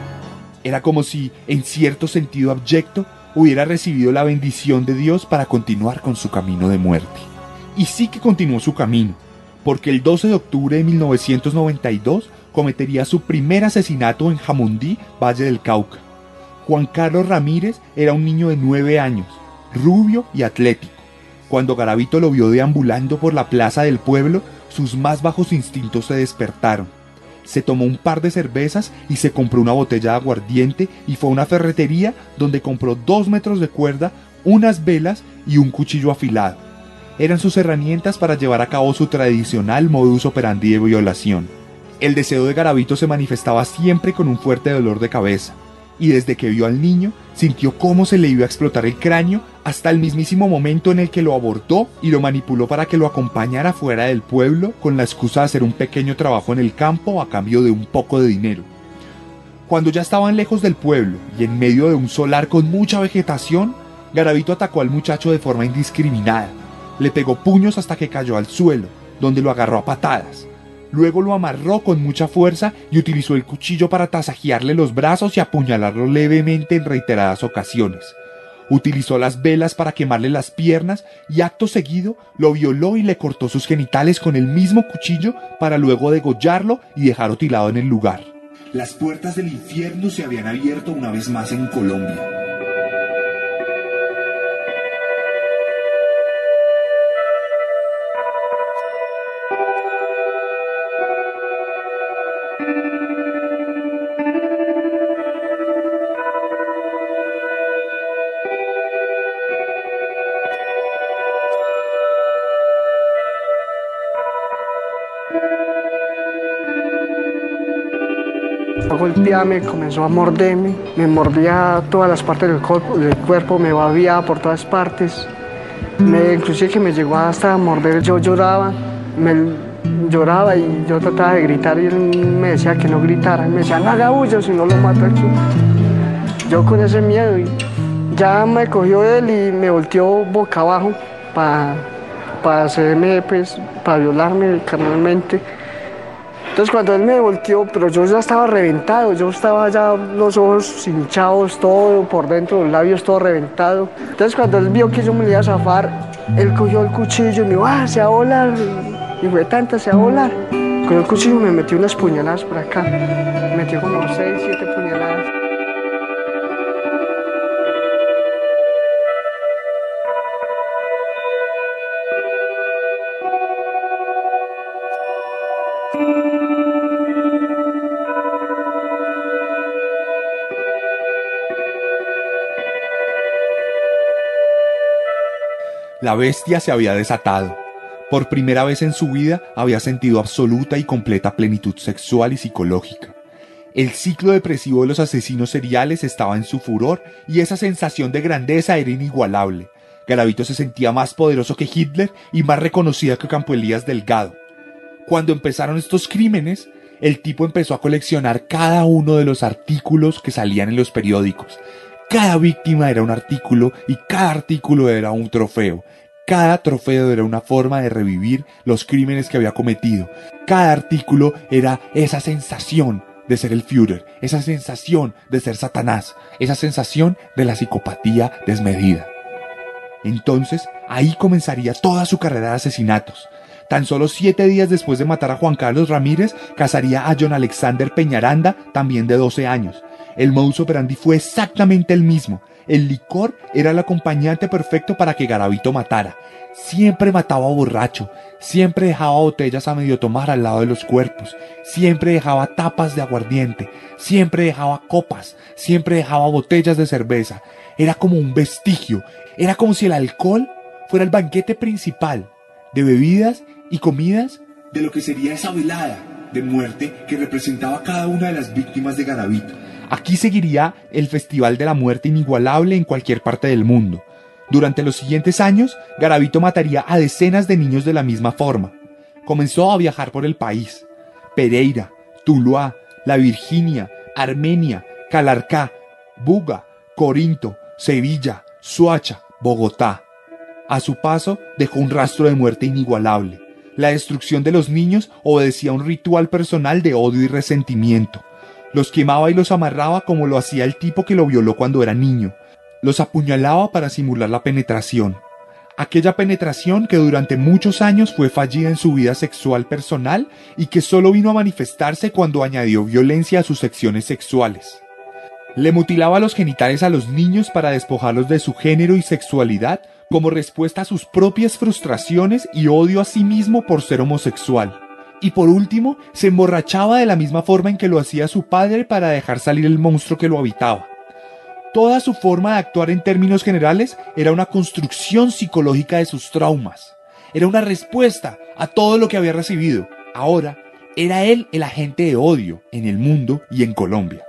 Era como si, en cierto sentido abyecto, hubiera recibido la bendición de Dios para continuar con su camino de muerte. Y sí que continuó su camino, porque el doce de octubre de mil novecientos noventa y dos cometería su primer asesinato en Jamundí, Valle del Cauca. Juan Carlos Ramírez era un niño de nueve años, rubio y atlético. Cuando Garavito lo vio deambulando por la plaza del pueblo, sus más bajos instintos se despertaron. Se tomó un par de cervezas y se compró una botella de aguardiente y fue a una ferretería donde compró dos metros de cuerda, unas velas y un cuchillo afilado. Eran sus herramientas para llevar a cabo su tradicional modus operandi de violación. El deseo de Garavito se manifestaba siempre con un fuerte dolor de cabeza. Y desde que vio al niño, sintió cómo se le iba a explotar el cráneo hasta el mismísimo momento en el que lo abordó y lo manipuló para que lo acompañara fuera del pueblo con la excusa de hacer un pequeño trabajo en el campo a cambio de un poco de dinero. Cuando ya estaban lejos del pueblo y en medio de un solar con mucha vegetación, Garavito atacó al muchacho de forma indiscriminada. Le pegó puños hasta que cayó al suelo, donde lo agarró a patadas. Luego lo amarró con mucha fuerza y utilizó el cuchillo para tasajearle los brazos y apuñalarlo levemente en reiteradas ocasiones. Utilizó las velas para quemarle las piernas y acto seguido lo violó y le cortó sus genitales con el mismo cuchillo para luego degollarlo y dejarlo tirado en el lugar. Las puertas del infierno se habían abierto una vez más en Colombia. A golpearme, comenzó a morderme, me mordía todas las partes del cuerpo, del cuerpo me babiaba por todas partes, me, inclusive que me llegó hasta a morder, yo lloraba, me lloraba y yo trataba de gritar y él me decía que no gritara, me decía no haga bulla si no lo mato aquí. Yo con ese miedo y ya me cogió él y me volteó boca abajo para pa hacerme, pues, para violarme carnalmente. Entonces cuando él me volteó, pero yo ya estaba reventado, yo estaba ya los ojos hinchados, todo por dentro, los labios todo reventado. Entonces cuando él vio que yo me iba a zafar, él cogió el cuchillo y me dijo, ah, se va a volar. Y fue tanta, se va a volar. Con el cuchillo me metió unas puñaladas por acá. Me metió como seis, siete puñaladas. La bestia se había desatado. Por primera vez en su vida había sentido absoluta y completa plenitud sexual y psicológica. El ciclo depresivo de los asesinos seriales estaba en su furor y esa sensación de grandeza era inigualable. Garavito se sentía más poderoso que Hitler y más reconocido que Campo Elías Delgado. Cuando empezaron estos crímenes, el tipo empezó a coleccionar cada uno de los artículos que salían en los periódicos. Cada víctima era un artículo y cada artículo era un trofeo. Cada trofeo era una forma de revivir los crímenes que había cometido. Cada artículo era esa sensación de ser el Führer, esa sensación de ser Satanás, esa sensación de la psicopatía desmedida. Entonces, ahí comenzaría toda su carrera de asesinatos. Tan solo siete días después de matar a Juan Carlos Ramírez, cazaría a John Alexander Peñaranda, también de doce años. El modus operandi fue exactamente el mismo. El licor era el acompañante perfecto para que Garavito matara. Siempre mataba borracho, siempre dejaba botellas a medio tomar al lado de los cuerpos, siempre dejaba tapas de aguardiente, siempre dejaba copas, siempre dejaba botellas de cerveza. Era como un vestigio, era como si el alcohol fuera el banquete principal de bebidas y comidas de lo que sería esa velada de muerte que representaba cada una de las víctimas de Garavito. Aquí seguiría el Festival de la Muerte inigualable en cualquier parte del mundo. Durante los siguientes años, Garavito mataría a decenas de niños de la misma forma. Comenzó a viajar por el país. Pereira, Tuluá, La Virginia, Armenia, Calarcá, Buga, Corinto, Sevilla, Soacha, Bogotá. A su paso dejó un rastro de muerte inigualable. La destrucción de los niños obedecía a un ritual personal de odio y resentimiento. Los quemaba y los amarraba como lo hacía el tipo que lo violó cuando era niño. Los apuñalaba para simular la penetración. Aquella penetración que durante muchos años fue fallida en su vida sexual personal y que solo vino a manifestarse cuando añadió violencia a sus secciones sexuales. Le mutilaba los genitales a los niños para despojarlos de su género y sexualidad como respuesta a sus propias frustraciones y odio a sí mismo por ser homosexual. Y por último, se emborrachaba de la misma forma en que lo hacía su padre para dejar salir el monstruo que lo habitaba. Toda su forma de actuar en términos generales era una construcción psicológica de sus traumas. Era una respuesta a todo lo que había recibido. Ahora, era él el agente de odio en el mundo y en Colombia.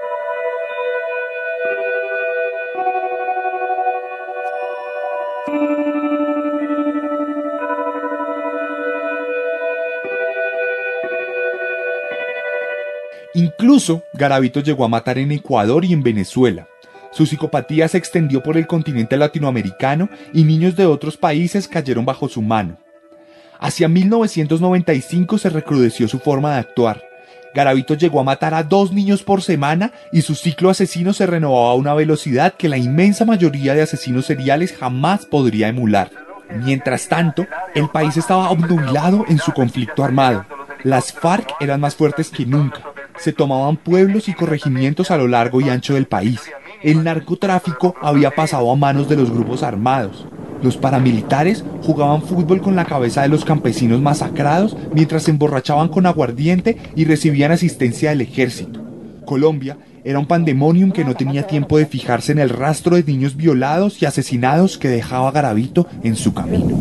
Incluso, Garavito llegó a matar en Ecuador y en Venezuela. Su psicopatía se extendió por el continente latinoamericano y niños de otros países cayeron bajo su mano. Hacia mil novecientos noventa y cinco se recrudeció su forma de actuar. Garavito llegó a matar a dos niños por semana y su ciclo asesino se renovaba a una velocidad que la inmensa mayoría de asesinos seriales jamás podría emular. Mientras tanto, el país estaba obnubilado en su conflicto armado. Las FARC eran más fuertes que nunca. Se tomaban pueblos y corregimientos a lo largo y ancho del país. El narcotráfico había pasado a manos de los grupos armados. Los paramilitares jugaban fútbol con la cabeza de los campesinos masacrados mientras se emborrachaban con aguardiente y recibían asistencia del ejército. Colombia era un pandemonium que no tenía tiempo de fijarse en el rastro de niños violados y asesinados que dejaba Garavito en su camino.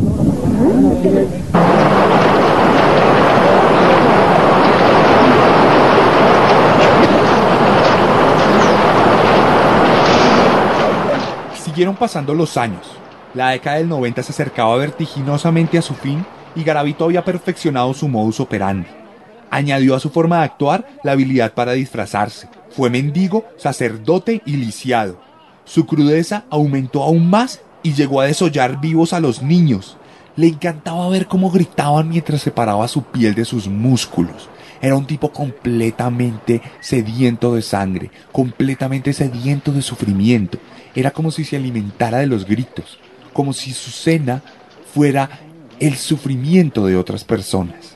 Siguieron pasando los años. La década del noventa se acercaba vertiginosamente a su fin y Garavito había perfeccionado su modus operandi. Añadió a su forma de actuar la habilidad para disfrazarse. Fue mendigo, sacerdote y lisiado. Su crudeza aumentó aún más y llegó a desollar vivos a los niños. Le encantaba ver cómo gritaban mientras separaba su piel de sus músculos. Era un tipo completamente sediento de sangre, completamente sediento de sufrimiento. Era como si se alimentara de los gritos, como si su cena fuera el sufrimiento de otras personas.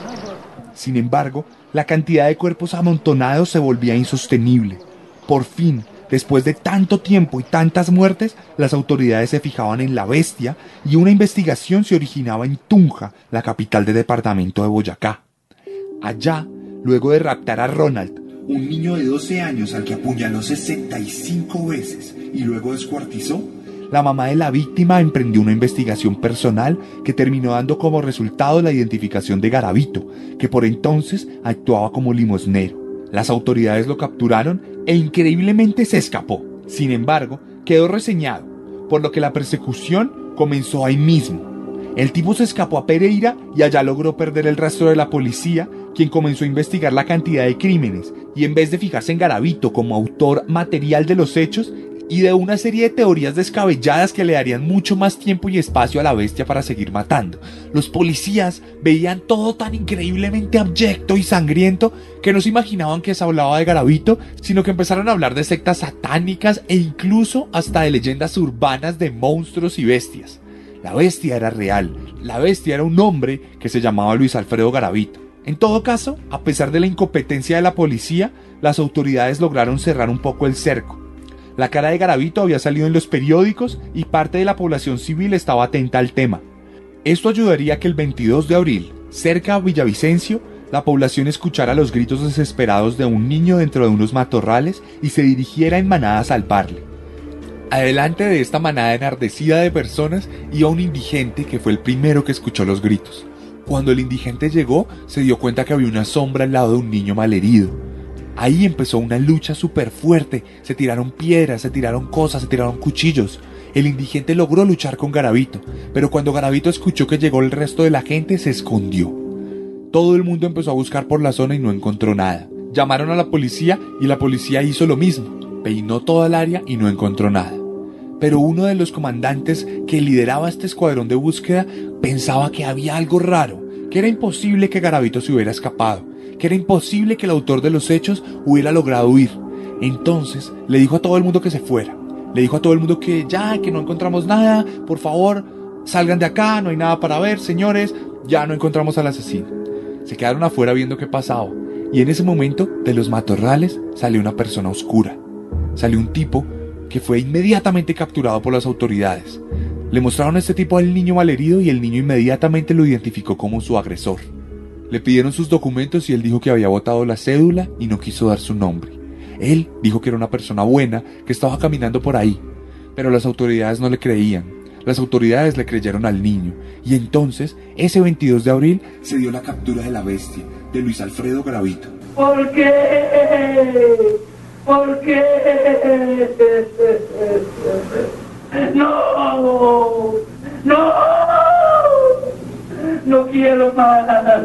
Sin embargo, la cantidad de cuerpos amontonados se volvía insostenible. Por fin, después de tanto tiempo y tantas muertes, las autoridades se fijaban en la bestia y una investigación se originaba en Tunja, la capital del departamento de Boyacá. Allá, luego de raptar a Ronald, un niño de doce años al que apuñaló sesenta y cinco veces y luego descuartizó, la mamá de la víctima emprendió una investigación personal que terminó dando como resultado la identificación de Garavito, que por entonces actuaba como limosnero. Las autoridades lo capturaron e increíblemente se escapó. Sin embargo, quedó reseñado, por lo que la persecución comenzó ahí mismo. El tipo se escapó a Pereira y allá logró perder el rastro de la policía, quien comenzó a investigar la cantidad de crímenes, y en vez de fijarse en Garavito como autor material de los hechos, y de una serie de teorías descabelladas que le darían mucho más tiempo y espacio a la bestia para seguir matando, los policías veían todo tan increíblemente abyecto y sangriento que no se imaginaban que se hablaba de Garavito, sino que empezaron a hablar de sectas satánicas e incluso hasta de leyendas urbanas de monstruos y bestias. La bestia era real, la bestia era un hombre que se llamaba Luis Alfredo Garavito. En todo caso, a pesar de la incompetencia de la policía, las autoridades lograron cerrar un poco el cerco. La cara de Garavito había salido en los periódicos y parte de la población civil estaba atenta al tema. Esto ayudaría a que el veintidós de abril, cerca a Villavicencio, la población escuchara los gritos desesperados de un niño dentro de unos matorrales y se dirigiera en manada a salvarle. Adelante de esta manada enardecida de personas iba un indigente que fue el primero que escuchó los gritos. Cuando el indigente llegó, se dio cuenta que había una sombra al lado de un niño malherido. Ahí empezó una lucha súper fuerte, se tiraron piedras, se tiraron cosas, se tiraron cuchillos. El indigente logró luchar con Garavito, pero cuando Garavito escuchó que llegó el resto de la gente, se escondió. Todo el mundo empezó a buscar por la zona y no encontró nada. Llamaron a la policía y la policía hizo lo mismo, peinó toda el área y no encontró nada. Pero uno de los comandantes que lideraba este escuadrón de búsqueda pensaba que había algo raro, que era imposible que Garavito se hubiera escapado, que era imposible que el autor de los hechos hubiera logrado huir. Entonces le dijo a todo el mundo que se fuera. Le dijo a todo el mundo que ya, que no encontramos nada, por favor, salgan de acá, no hay nada para ver, señores, ya no encontramos al asesino. Se quedaron afuera viendo qué pasaba, y en ese momento, de los matorrales, salió una persona oscura. Salió un tipo que fue inmediatamente capturado por las autoridades. Le mostraron a este tipo al niño malherido y el niño inmediatamente lo identificó como su agresor. Le pidieron sus documentos y él dijo que había botado la cédula y no quiso dar su nombre. Él dijo que era una persona buena, que estaba caminando por ahí, pero las autoridades no le creían. Las autoridades le creyeron al niño, y entonces, ese veintidós de abril, se dio la captura de la bestia, de Luis Alfredo Garavito. ¿Por qué? ¿Por qué? ¡No! ¡No! ¡No quiero más!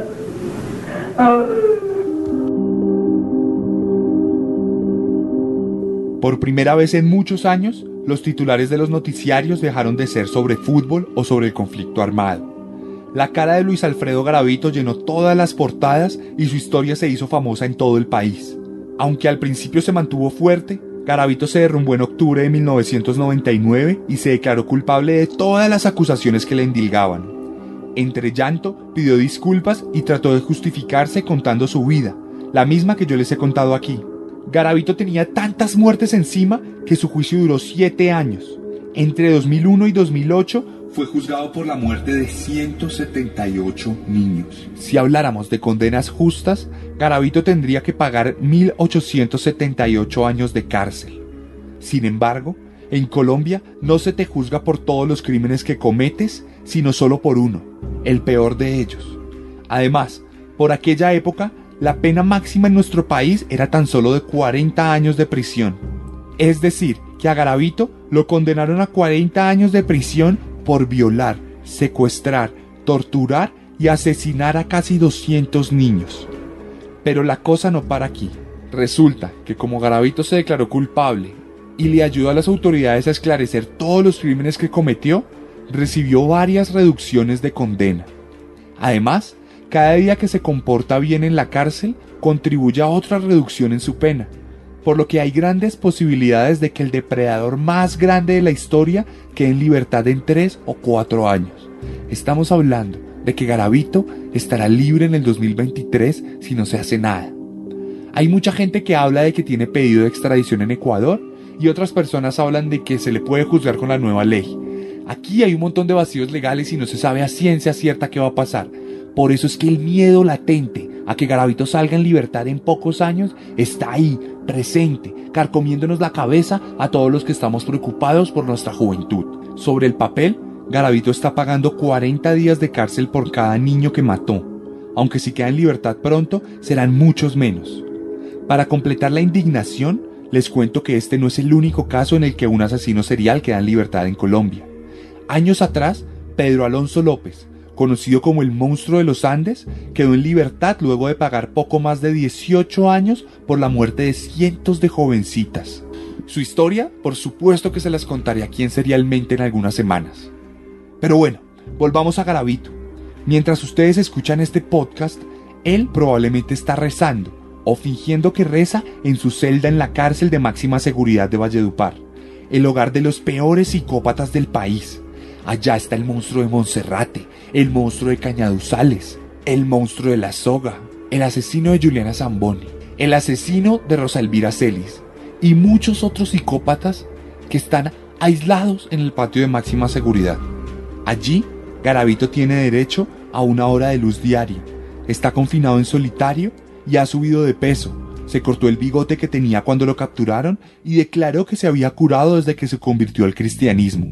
Por primera vez en muchos años, los titulares de los noticiarios dejaron de ser sobre fútbol o sobre el conflicto armado. La cara de Luis Alfredo Garavito llenó todas las portadas y su historia se hizo famosa en todo el país. Aunque al principio se mantuvo fuerte, Garavito se derrumbó en octubre de mil novecientos noventa y nueve y se declaró culpable de todas las acusaciones que le endilgaban. Entre llanto, pidió disculpas y trató de justificarse contando su vida, la misma que yo les he contado aquí. Garavito tenía tantas muertes encima que su juicio duró siete años. Entre dos mil uno y dos mil ocho fue juzgado por la muerte de ciento setenta y ocho niños. Si habláramos de condenas justas, Garavito tendría que pagar mil ochocientos setenta y ocho años de cárcel. Sin embargo, en Colombia no se te juzga por todos los crímenes que cometes, sino solo por uno, el peor de ellos. Además, por aquella época, la pena máxima en nuestro país era tan solo de cuarenta años de prisión. Es decir, que a Garavito lo condenaron a cuarenta años de prisión por violar, secuestrar, torturar y asesinar a casi doscientos niños. Pero la cosa no para aquí. Resulta que como Garavito se declaró culpable y le ayudó a las autoridades a esclarecer todos los crímenes que cometió, recibió varias reducciones de condena. Además, Cada día que se comporta bien en la cárcel contribuye a otra reducción en su pena, por lo que hay grandes posibilidades de que el depredador más grande de la historia quede en libertad en tres o cuatro años. Estamos hablando de que Garavito estará libre en el dos mil veintitrés si no se hace nada. Hay mucha gente que habla de que tiene pedido de extradición en Ecuador y otras personas hablan de que se le puede juzgar con la nueva ley. Aquí hay un montón de vacíos legales y no se sabe a ciencia cierta qué va a pasar. Por eso es que el miedo latente a que Garavito salga en libertad en pocos años está ahí, presente, carcomiéndonos la cabeza a todos los que estamos preocupados por nuestra juventud. Sobre el papel, Garavito está pagando cuarenta días de cárcel por cada niño que mató, aunque si queda en libertad pronto serán muchos menos. Para completar la indignación, les cuento que este no es el único caso en el que un asesino serial queda en libertad en Colombia. Años atrás, Pedro Alonso López, conocido como el monstruo de los Andes, quedó en libertad luego de pagar poco más de dieciocho años por la muerte de cientos de jovencitas. Su historia, por supuesto que se las contaré aquí en Serialmente en algunas semanas. Pero bueno, volvamos a Garavito. Mientras ustedes escuchan este podcast, él probablemente está rezando o fingiendo que reza en su celda en la cárcel de máxima seguridad de Valledupar, el hogar de los peores psicópatas del país. Allá está el monstruo de Monserrate, el monstruo de Cañaduzales, el monstruo de La Soga, el asesino de Juliana Zamboni, el asesino de Rosa Elvira Celis y muchos otros psicópatas que están aislados en el patio de máxima seguridad. Allí, Garavito tiene derecho a una hora de luz diaria, está confinado en solitario y ha subido de peso. Se cortó el bigote que tenía cuando lo capturaron y declaró que se había curado desde que se convirtió al cristianismo.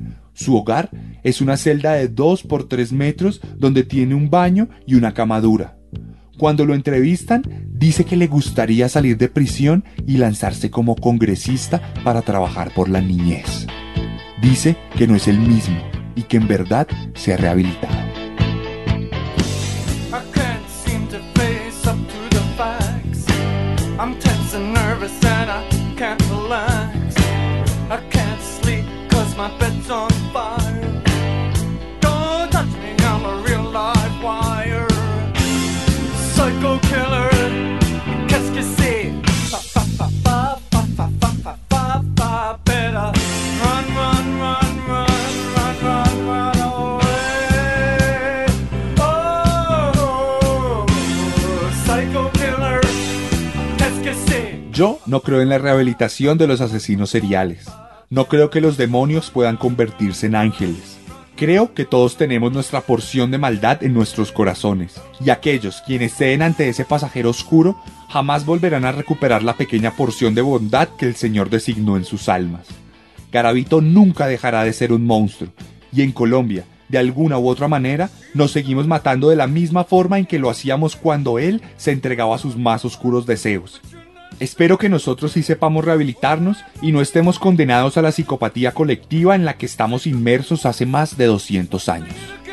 Su hogar es una celda de dos por tres metros donde tiene un baño y una cama dura. Cuando lo entrevistan, dice que le gustaría salir de prisión y lanzarse como congresista para trabajar por la niñez. Dice que no es el mismo y que en verdad se ha rehabilitado. I'm tense and nervous and I can't relax. I can't sleep cause my bed's on fire. Don't touch me, I'm a real live wire. Psycho killer, qu'est-ce que c'est? Fa fa fa fa fa fa fa fa fa fa. Better run, run, run, run, run, run, run away. Oh, psycho killer. Yo no creo en la rehabilitación de los asesinos seriales. No creo que los demonios puedan convertirse en ángeles. Creo que todos tenemos nuestra porción de maldad en nuestros corazones, y aquellos quienes ceden ante ese pasajero oscuro jamás volverán a recuperar la pequeña porción de bondad que el Señor designó en sus almas. Garavito nunca dejará de ser un monstruo, y en Colombia, de alguna u otra manera, nos seguimos matando de la misma forma en que lo hacíamos cuando él se entregaba a sus más oscuros deseos. Espero que nosotros sí sepamos rehabilitarnos y no estemos condenados a la psicopatía colectiva en la que estamos inmersos hace más de doscientos años.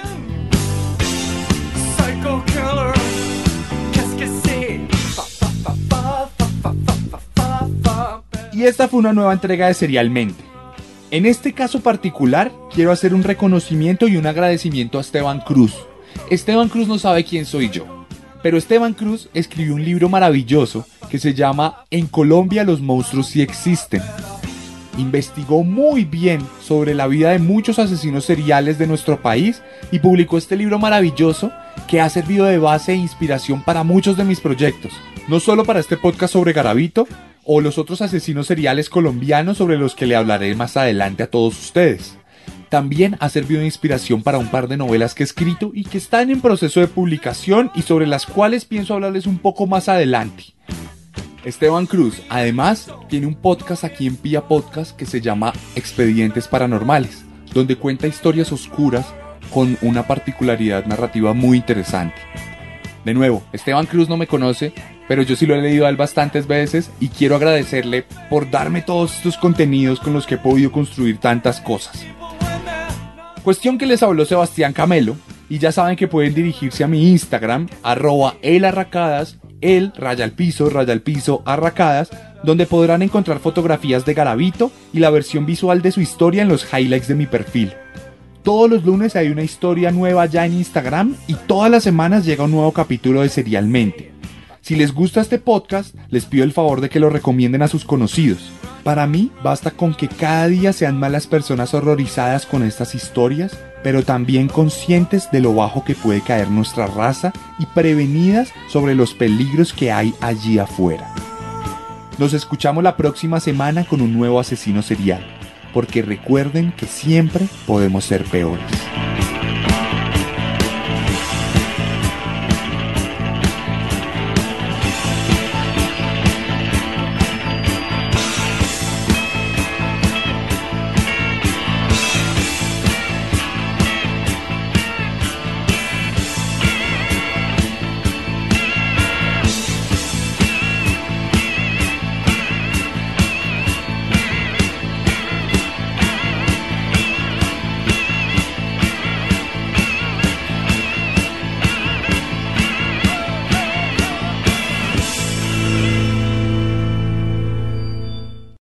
Y esta fue una nueva entrega de Serialmente. En este caso particular, quiero hacer un reconocimiento y un agradecimiento a Esteban Cruz. Esteban Cruz no sabe quién soy yo, pero Esteban Cruz escribió un libro maravilloso que se llama En Colombia los monstruos sí existen. Investigó muy bien sobre la vida de muchos asesinos seriales de nuestro país y publicó este libro maravilloso que ha servido de base e inspiración para muchos de mis proyectos, no solo para este podcast sobre Garavito o los otros asesinos seriales colombianos sobre los que le hablaré más adelante a todos ustedes. También ha servido de inspiración para un par de novelas que he escrito y que están en proceso de publicación y sobre las cuales pienso hablarles un poco más adelante. Esteban Cruz, además, tiene un podcast aquí en Pía Podcast que se llama Expedientes Paranormales, donde cuenta historias oscuras con una particularidad narrativa muy interesante. De nuevo, Esteban Cruz no me conoce, pero yo sí lo he leído a él bastantes veces y quiero agradecerle por darme todos estos contenidos con los que he podido construir tantas cosas. Cuestión que les habló Sebastián Camelo, y ya saben que pueden dirigirse a mi Instagram, arroba elarracadas, el, raya al piso, raya al piso, arracadas, donde podrán encontrar fotografías de Garavito y la versión visual de su historia en los highlights de mi perfil. Todos los lunes hay una historia nueva ya en Instagram y todas las semanas llega un nuevo capítulo de Serialmente. Si les gusta este podcast, les pido el favor de que lo recomienden a sus conocidos. Para mí, basta con que cada día sean más las personas horrorizadas con estas historias, pero también conscientes de lo bajo que puede caer nuestra raza y prevenidas sobre los peligros que hay allí afuera. Nos escuchamos la próxima semana con un nuevo asesino serial, porque recuerden que siempre podemos ser peores.